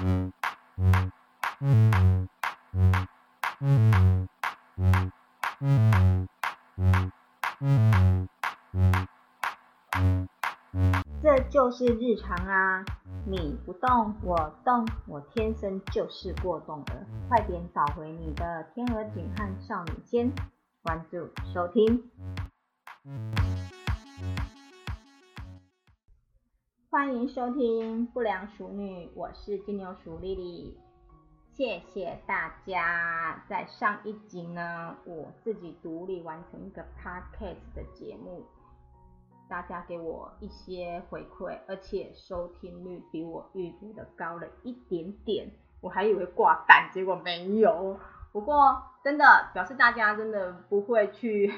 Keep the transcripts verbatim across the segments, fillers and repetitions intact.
这就是日常啊，你不动我动，我天生就是过动儿。快点找回你的天鹅颈和少女肩，关注收听。欢迎收听不良熟女，我是金牛熟丽丽。谢谢大家。在上一集呢，我自己独立完成一个 podcast 的节目，大家给我一些回馈，而且收听率比我预估的高了一点点，我还以为挂蛋，结果没有。不过真的表示大家真的不会去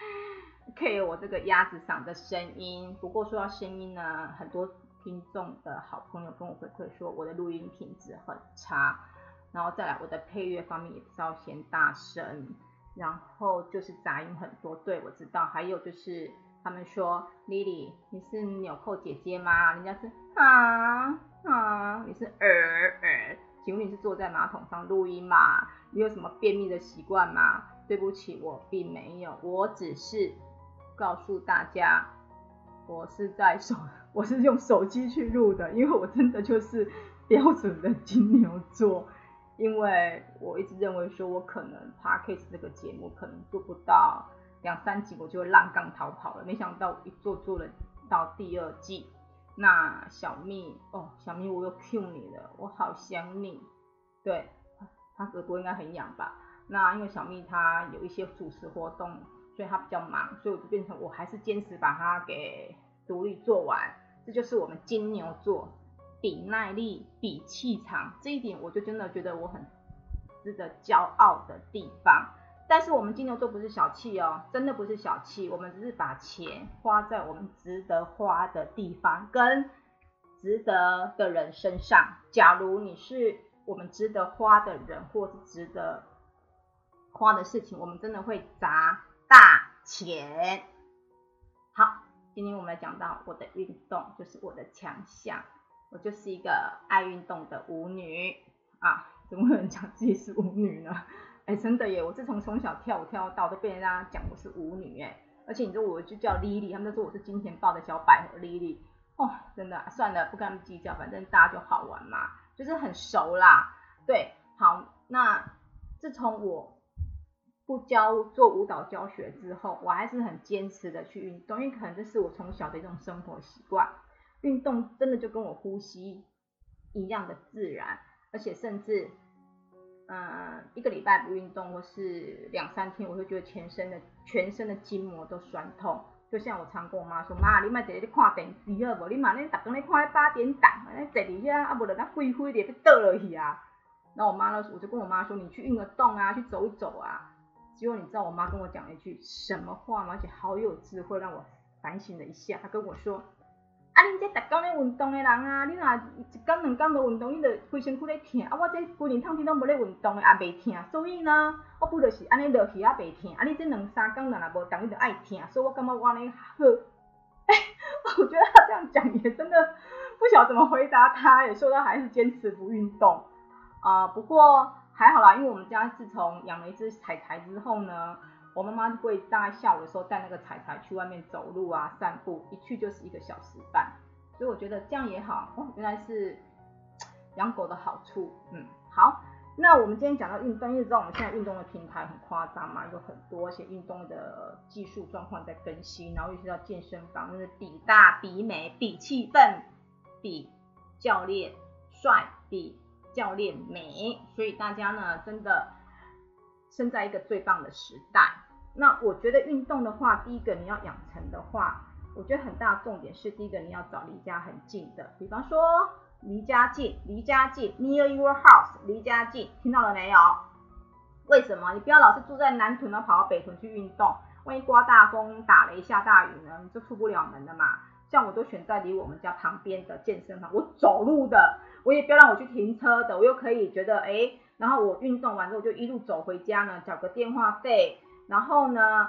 care 我这个鸭子嗓的声音。不过说到声音呢，很多听众的好朋友跟我回馈说我的录音品质很差，然后再来我的配乐方面也稍嫌大声，然后就是杂音很多。对，我知道。还有就是他们说 Lily 你是纽扣姐姐吗？人家是啊啊，你是儿儿，请问你是坐在马桶上录音吗？你有什么便秘的习惯吗？对不起，我并没有，我只是告诉大家我是在手我是用手机去录的，因为我真的就是标准的金牛座。因为我一直认为说我可能 Podcast 这个节目可能做不到两三集我就会浪杠逃跑了，没想到一做做了到第二季。那小蜜哦，小蜜我又 Q 你了，我好想你。对，他耳朵应该很痒吧。那因为小蜜她有一些主持活动，所以她比较忙，所以我就变成我还是坚持把它给独立做完。这就是我们金牛座比耐力比气场，这一点我就真的觉得我很值得骄傲的地方。但是我们金牛座不是小气哦，真的不是小气，我们只是把钱花在我们值得花的地方跟值得的人身上。假如你是我们值得花的人，或是值得花的事情，我们真的会砸大钱。好，今天我们来讲到我的运动，就是我的强项。我就是一个爱运动的舞女啊！怎么会有人讲自己是舞女呢？哎，真的耶！我自从从小跳舞跳到都被人家讲我是舞女哎，而且你知道我就叫 Lily， 他们都说我是金钱豹的小百合 Lily。哦，真的算了，不跟他们计较，反正大家就好玩嘛，就是很熟啦。对，好，那自从我不教做舞蹈教学之后，我还是很坚持的去运动，因为可能这是我从小的一种生活习惯。运动真的就跟我呼吸一样的自然，而且甚至嗯，一个礼拜不运动或是两三天，我会觉得全身的全身的筋膜都酸痛。就像我常跟我妈说，妈，你别坐在看电视好不好？你妈你每天在看八点档，坐在那啊，不然那废废的要倒落去啊。然后我妈呢，我就跟我妈说，你去运个动啊，去走一走啊。结果你知道我妈跟我讲了一句什么话吗？而且好有智慧，让我反省了一下。她跟我说，啊，恁这逐天咧运动的人啊，你若一天两天无运动，你就规身躯咧痛。啊，我这规年通天都无咧运动的，也袂痛。所以呢，我不就是安尼落去也袂痛。啊，你这两三天若无动，你就爱痛。所以我感觉我安尼好。哎，我觉得他这样讲也真的不晓得怎么回答他，也说他还是坚持不运动啊、呃。不过还好啦，因为我们家自从养了一只彩彩之后呢。我妈妈会大概下午的时候带那个彩彩去外面走路啊散步，一去就是一个小时半，所以我觉得这样也好哦，原来是养狗的好处。嗯，好，那我们今天讲到运动，因为知道我们现在运动的平台很夸张嘛，有很多，而且运动的技术状况在更新，然后尤其到健身房，就是比大比美比气氛比教练帅比教练美，所以大家呢真的生在一个最棒的时代。那我觉得运动的话，第一个你要养成的话，我觉得很大的重点是，第一个你要找离家很近的，比方说离家近，离家近 near your house， 离家近，听到了没有？为什么？你不要老是住在南屯，然后跑到北屯去运动，万一刮大风、打雷、下大雨呢，你就出不了门了嘛。像我都选在离我们家旁边的健身房，我走路的，我也不要让我去停车的，我又可以觉得哎，然后我运动完之后就一路走回家呢，缴个电话费。然后呢，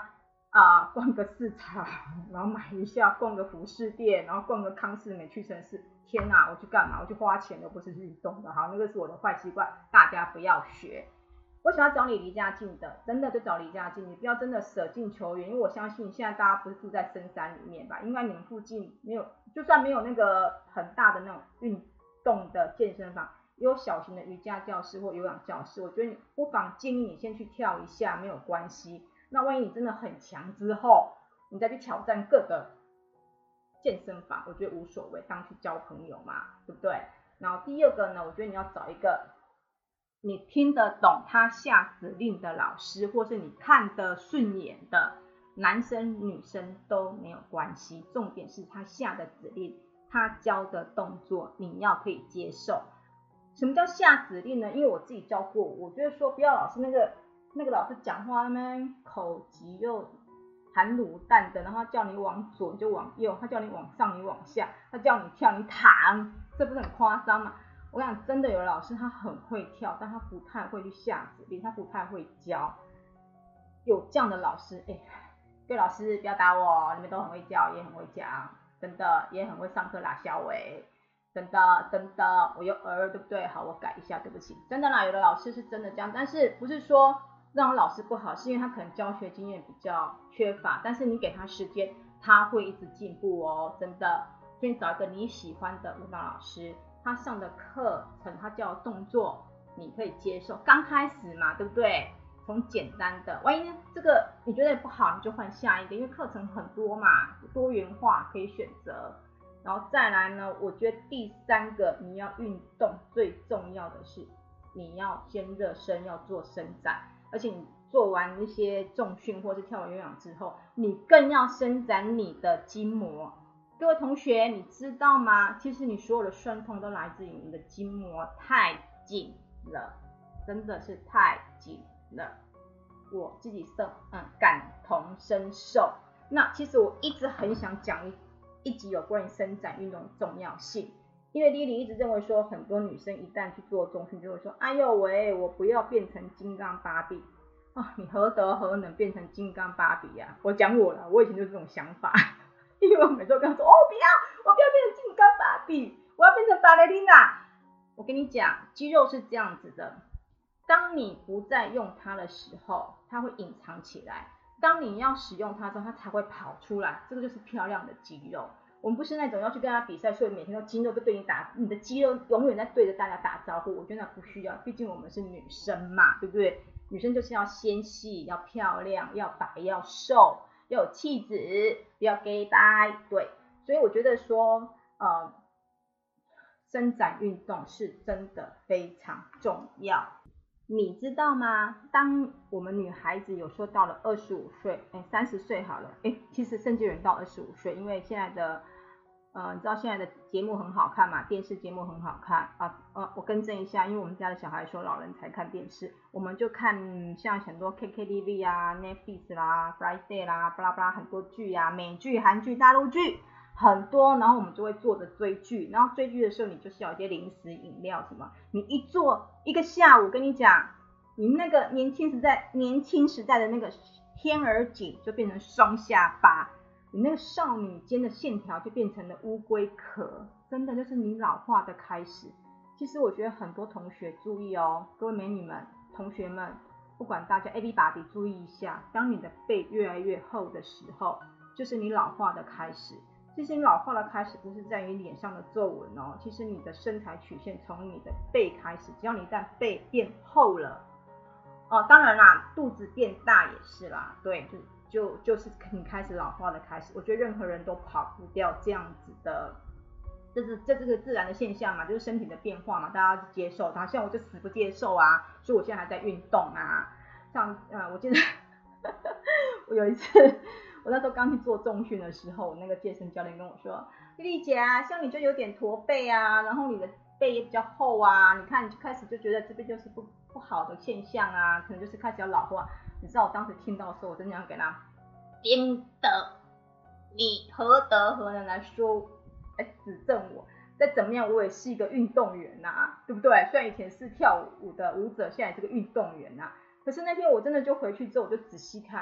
啊、呃，逛个市场，然后买一下，逛个服饰店，然后逛个康士美屈臣氏。天哪，我去干嘛？我去花钱的，不是去运动的。好，那个是我的坏习惯，大家不要学。我想要找你离家近的，真的就找离家近，你不要真的舍近求远，因为我相信现在大家不是住在深山里面吧？应该你们附近没有，就算没有那个很大的那种运动的健身房，有小型的瑜伽教室或有氧教室，我觉得你不妨建议你先去跳一下，没有关系。那万一你真的很强之后，你再去挑战各个健身房，我觉得无所谓，当去交朋友嘛，对不对？然后第二个呢，我觉得你要找一个你听得懂他下指令的老师，或是你看得顺眼的，男生女生都没有关系，重点是他下的指令，他教的动作你要可以接受。什么叫下指令呢？因为我自己教过，我觉得说不要老是那个那个老师讲话那边口急又含卤蛋的，然后叫你往左你就往右，他叫你往上你往下，他叫你跳你躺，这不是很夸张吗？我想真的有老师他很会跳，但他不太会去下指令，他不太会教。有这样的老师，哎，各位老师不要打我，你们都很会教，也很会讲，真的也很会上课啦，小伟。真的真的，我有儿对不对？好，我改一下，对不起。真的啦，有的老师是真的这样，但是不是说让老师不好，是因为他可能教学经验比较缺乏，但是你给他时间，他会一直进步哦，真的。所以找一个你喜欢的舞蹈老师，他上的课程，他教的动作你可以接受，刚开始嘛，对不对？从简单的，万一这个你觉得不好，你就换下一个，因为课程很多嘛，多元化可以选择。然后再来呢，我觉得第三个你要运动最重要的是你要先热身，要做伸展，而且你做完一些重训或是跳完有氧之后，你更要伸展你的筋膜。各位同学，你知道吗？其实你所有的酸痛都来自于你的筋膜太紧了，真的是太紧了。我自己是嗯感同身受。那其实我一直很想讲一一集有关于伸展运动的重要性，因为 Lily 一直认为说，很多女生一旦去做重训，就会说，哎呦喂，我不要变成金刚芭比啊！你何德何能变成金刚芭比呀、啊？我讲我了，我以前就是这种想法，因为我每次都跟他说，哦，不要，我不要变成金刚芭比，我要变成芭蕾丽娜。我跟你讲，肌肉是这样子的，当你不再用它的时候，它会隐藏起来。当你要使用它之后，它才会跑出来，这个就是漂亮的肌肉。我们不是那种要去跟他比赛，所以每天都肌肉都对你打，你的肌肉永远在对着大家打招呼。我觉得那不需要，毕竟我们是女生嘛，对不对？女生就是要纤细，要漂亮，要白，要瘦，要有气质，不要 gay 白，对。所以我觉得说，呃，伸展运动是真的非常重要。你知道吗？当我们女孩子有说到了二十五岁，哎，三十岁好了，哎，其实甚至有人到二十五岁，因为现在的，呃，你知道现在的节目很好看嘛，电视节目很好看啊，呃，我更正一下，因为我们家的小孩说老人才看电视，我们就看像很多 K K T V 啊、Netflix 啦、Friday 啦，巴拉巴拉很多剧啊，美剧、韩剧、大陆剧。很多，然后我们就会坐着追剧，然后追剧的时候你就是要一些零食饮料什么，你一坐一个下午，跟你讲，你那个年轻时代年轻时代的那个天鹅颈就变成双下巴，你那个少女间的线条就变成了乌龟壳，真的就是你老化的开始。其实我觉得很多同学注意哦，各位美女们、同学们，不管大家 everybody 注意一下，当你的背越来越厚的时候，就是你老化的开始。其实你老化的开始不是在于脸上的皱纹哦，其实你的身材曲线从你的背开始，只要你一旦背变厚了，哦，当然啦，肚子变大也是啦，对，就就就是你开始老化的开始。我觉得任何人都跑不掉这样子的，这是这这个自然的现象嘛，就是身体的变化嘛，大家接受它。像我就死不接受啊，所以我现在还在运动啊。像呃，我记得我有一次。我那时候刚去做重训的时候，那个健身教练跟我说，丽丽姐啊，像你就有点驼背啊，然后你的背也比较厚啊，你看你就开始就觉得这边就是不不好的现象啊，可能就是开始要老化。你知道我当时听到的时候，我真的想给他颠的，你何德何能来说来指正我？再怎么样，我也是一个运动员啊，对不对？虽然以前是跳舞的舞者，现在也是个运动员啊。可是那天我真的就回去之后，我就仔细看。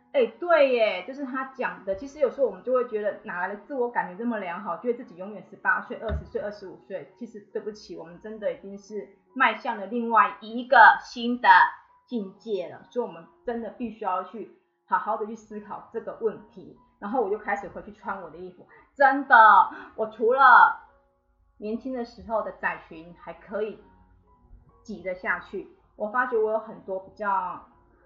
哎，对耶，就是他讲的。其实有时候我们就会觉得，哪来的自我感觉这么良好，觉得自己永远十八岁、二十岁、二十五岁。其实对不起，我们真的已经是迈向了另外一个新的境界了。所以我们真的必须要去好好的去思考这个问题。然后我就开始回去穿我的衣服，真的，我除了年轻的时候的窄裙还可以挤得下去，我发觉我有很多比较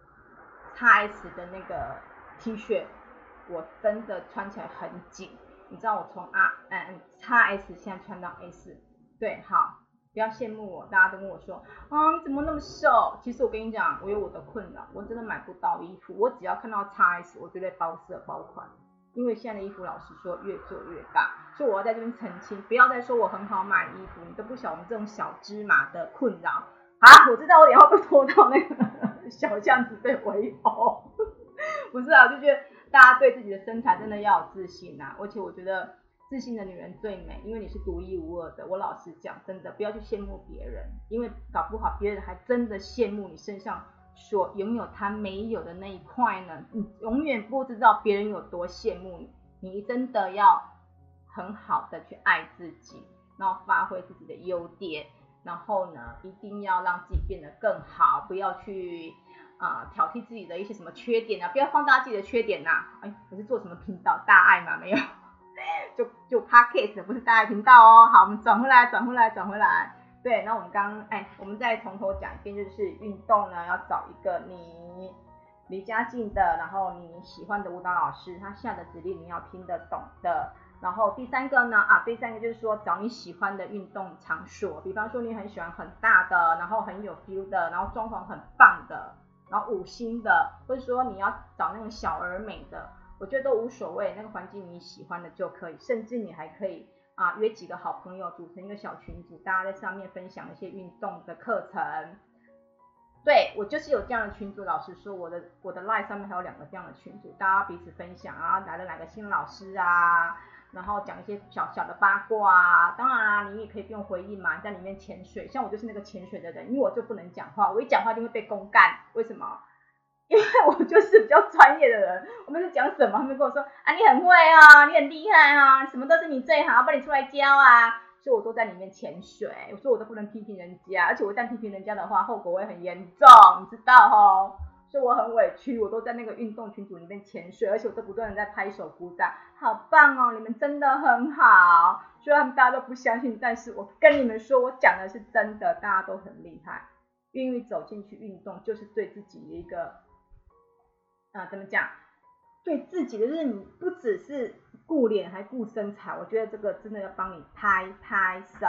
X S 的那个 T 恤，我真的穿起来很紧。你知道我从 R 嗯 X S 现在穿到 S， 对，好，不要羡慕我，大家都跟我说啊你怎么那么瘦？其实我跟你讲，我有我的困扰，我真的买不到衣服，我只要看到 X S， 我就会包色包款。因为现在的衣服老实说越做越大，所以我要在这边澄清，不要再说我很好买衣服，你都不晓得我们这种小芝麻的困扰。好，我知道我以后被拖到那个小巷子被围殴，不是啊，就觉得大家对自己的身材真的要有自信啊，而且我觉得自信的女人最美，因为你是独一无二的。我老实讲，真的不要去羡慕别人，因为搞不好别人还真的羡慕你身上所拥有他没有的那一块呢，你永远不知道别人有多羡慕你。你真的要很好的去爱自己，然后发挥自己的优点，然后呢一定要让自己变得更好，不要去呃挑剔自己的一些什么缺点啊，不要放大自己的缺点啊。哎，我是做什么频道？大爱吗？没有，就就 podcast 不是大爱频道哦。好，我们转回来转回来转回来。对，那我们刚刚哎，我们再从头讲一遍，就是运动呢要找一个你离家近的，然后你喜欢的舞蹈老师，他下的指令你要听得懂的。然后第三个呢啊，第三个就是说找你喜欢的运动场所，比方说你很喜欢很大的，然后很有 feel 的，然后装潢很棒的，然后五星的，或者说你要找那种小而美的，我觉得都无所谓，那个环境你喜欢的就可以，甚至你还可以啊约几个好朋友组成一个小群组，大家在上面分享一些运动的课程。对，我就是有这样的群组，老实说我的我的 line 上面还有两个这样的群组，大家彼此分享啊，来了哪个新老师啊，然后讲一些小小的八卦啊。当然啊，你也可以不用回应嘛，你在里面潜水，像我就是那个潜水的人，因为我就不能讲话，我一讲话一定会被公干。为什么？因为我就是比较专业的人，我们是讲什么他们跟我说啊你很会啊，你很厉害啊，什么都是你最好，要不然你出来教啊，所以我都在里面潜水，所以我都不能批评人家，而且我一旦批评人家的话后果会很严重，你知道齁，所以我很委屈，我都在那个运动群组里面潜水，而且我都不断的在拍手鼓掌，好棒哦，你们真的很好，虽然大家都不相信，但是我跟你们说我讲的是真的，大家都很厉害，愿意走进去运动就是对自己的一个呃，怎么讲？对自己的就是你不只是顾脸还顾身材，我觉得这个真的要帮你拍拍手，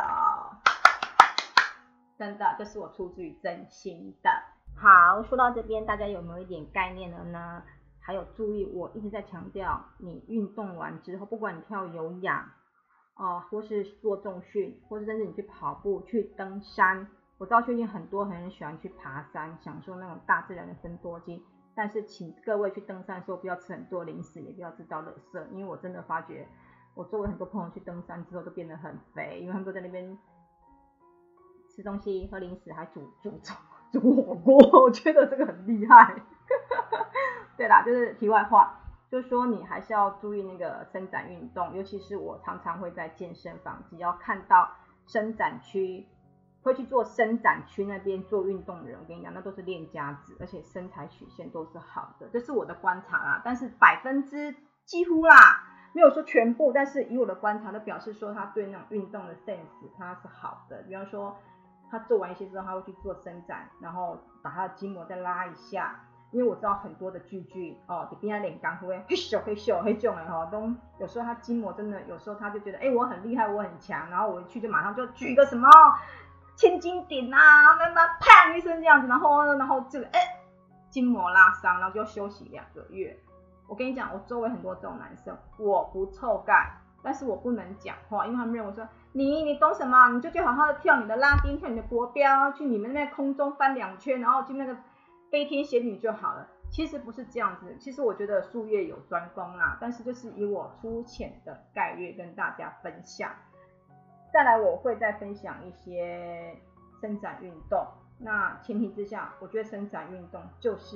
真的，这是我出自于真心的。好，说到这边，大家有没有一点概念了呢？还有注意，我一直在强调，你运动完之后，不管你跳有氧哦、呃，或是做重训，或是甚至你去跑步、去登山，我知道最近很多人很喜欢去爬山，享受那种大自然的芬多精。但是请各位去登山的时候不要吃很多零食，也不要制造垃圾，因为我真的发觉我周围很多朋友去登山之后都变得很肥，因为他们都在那边吃东西喝零食还煮煮煮火锅，我觉得这个很厉害。对啦，就是题外话，就是说你还是要注意那个伸展运动，尤其是我常常会在健身房，只要看到伸展区会去做伸展区那边做运动的人，我跟你讲，那都是练家子，而且身材曲线都是好的，这是我的观察啦。但是百分之几乎啦，没有说全部，但是以我的观察，都表示说他对那种运动的 sense 他是好的。比方说，他做完一些之后，他会去做伸展，然后把他的筋膜再拉一下。因为我知道很多的巨巨哦，比边脸刚会嘿咻嘿咻嘿咻的哈，都有时候他筋膜真的，有时候他就觉得哎我很厉害，我很强，然后我一去就马上就举一个什么千斤顶啊，那那砰一声这样子，然后然后这个哎筋膜拉伤，然后就要休息两个月。我跟你讲，我周围很多这种男生，我不臭盖，但是我不能讲话，因为他们认为说你你懂什么？你就去好好的跳你的拉丁，跳你的国标，去你们那边空中翻两圈，然后去那个飞天仙女就好了。其实不是这样子，其实我觉得术业有专攻啦，但是就是以我粗浅的概略跟大家分享。再来我会再分享一些伸展运动，那前提之下，我觉得伸展运动就是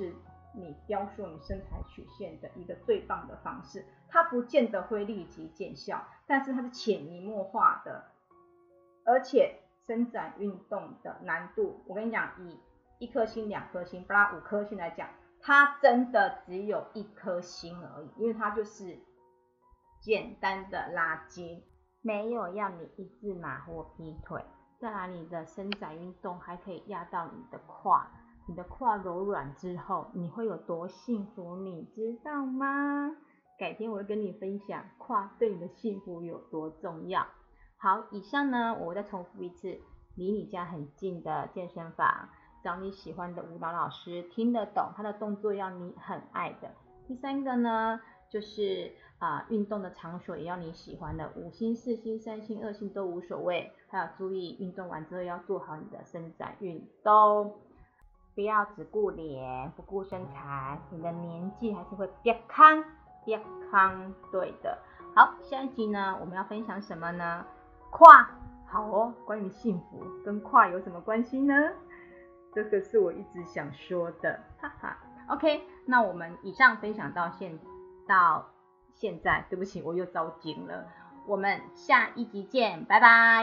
你雕塑你身材曲线的一个最棒的方式。它不见得会立即见效，但是它是潜移默化的。而且伸展运动的难度，我跟你讲，以一颗星、两颗星、巴拉五颗星来讲，它真的只有一颗星而已，因为它就是简单的拉筋，没有要你一字马或劈腿。再来，你的伸展运动还可以压到你的胯，你的胯柔软之后，你会有多幸福，你知道吗？改天我会跟你分享胯对你的幸福有多重要。好，以上呢，我再重复一次，离你家很近的健身房，找你喜欢的舞蹈老师，听得懂他的动作，要你很爱的。第三个呢，就是啊、呃，运动的场所也要你喜欢的，五星、四星、三星、二星都无所谓。还有注意，运动完之后要做好你的伸展运动，不要只顾脸不顾身材，你的年纪还是会变康变康。对的。好，下一集呢，我们要分享什么呢？胯。好哦，关于幸福跟胯有什么关系呢？这个是我一直想说的，哈哈。OK， 那我们以上分享到现到现在，对不起，我又着急了。我们下一集见，拜拜。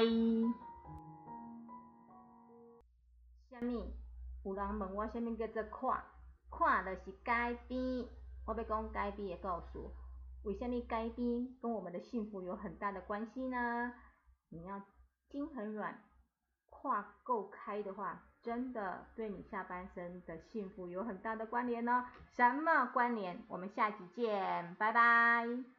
什么？有人问我什么叫做胯？胯就是街边。我要讲街边的故事。为什么街边跟我们的幸福有很大的关系呢？你要筋很软，胯够开的话，真的对你下半身的幸福有很大的关联哦。什么关联？我们下集见，拜拜。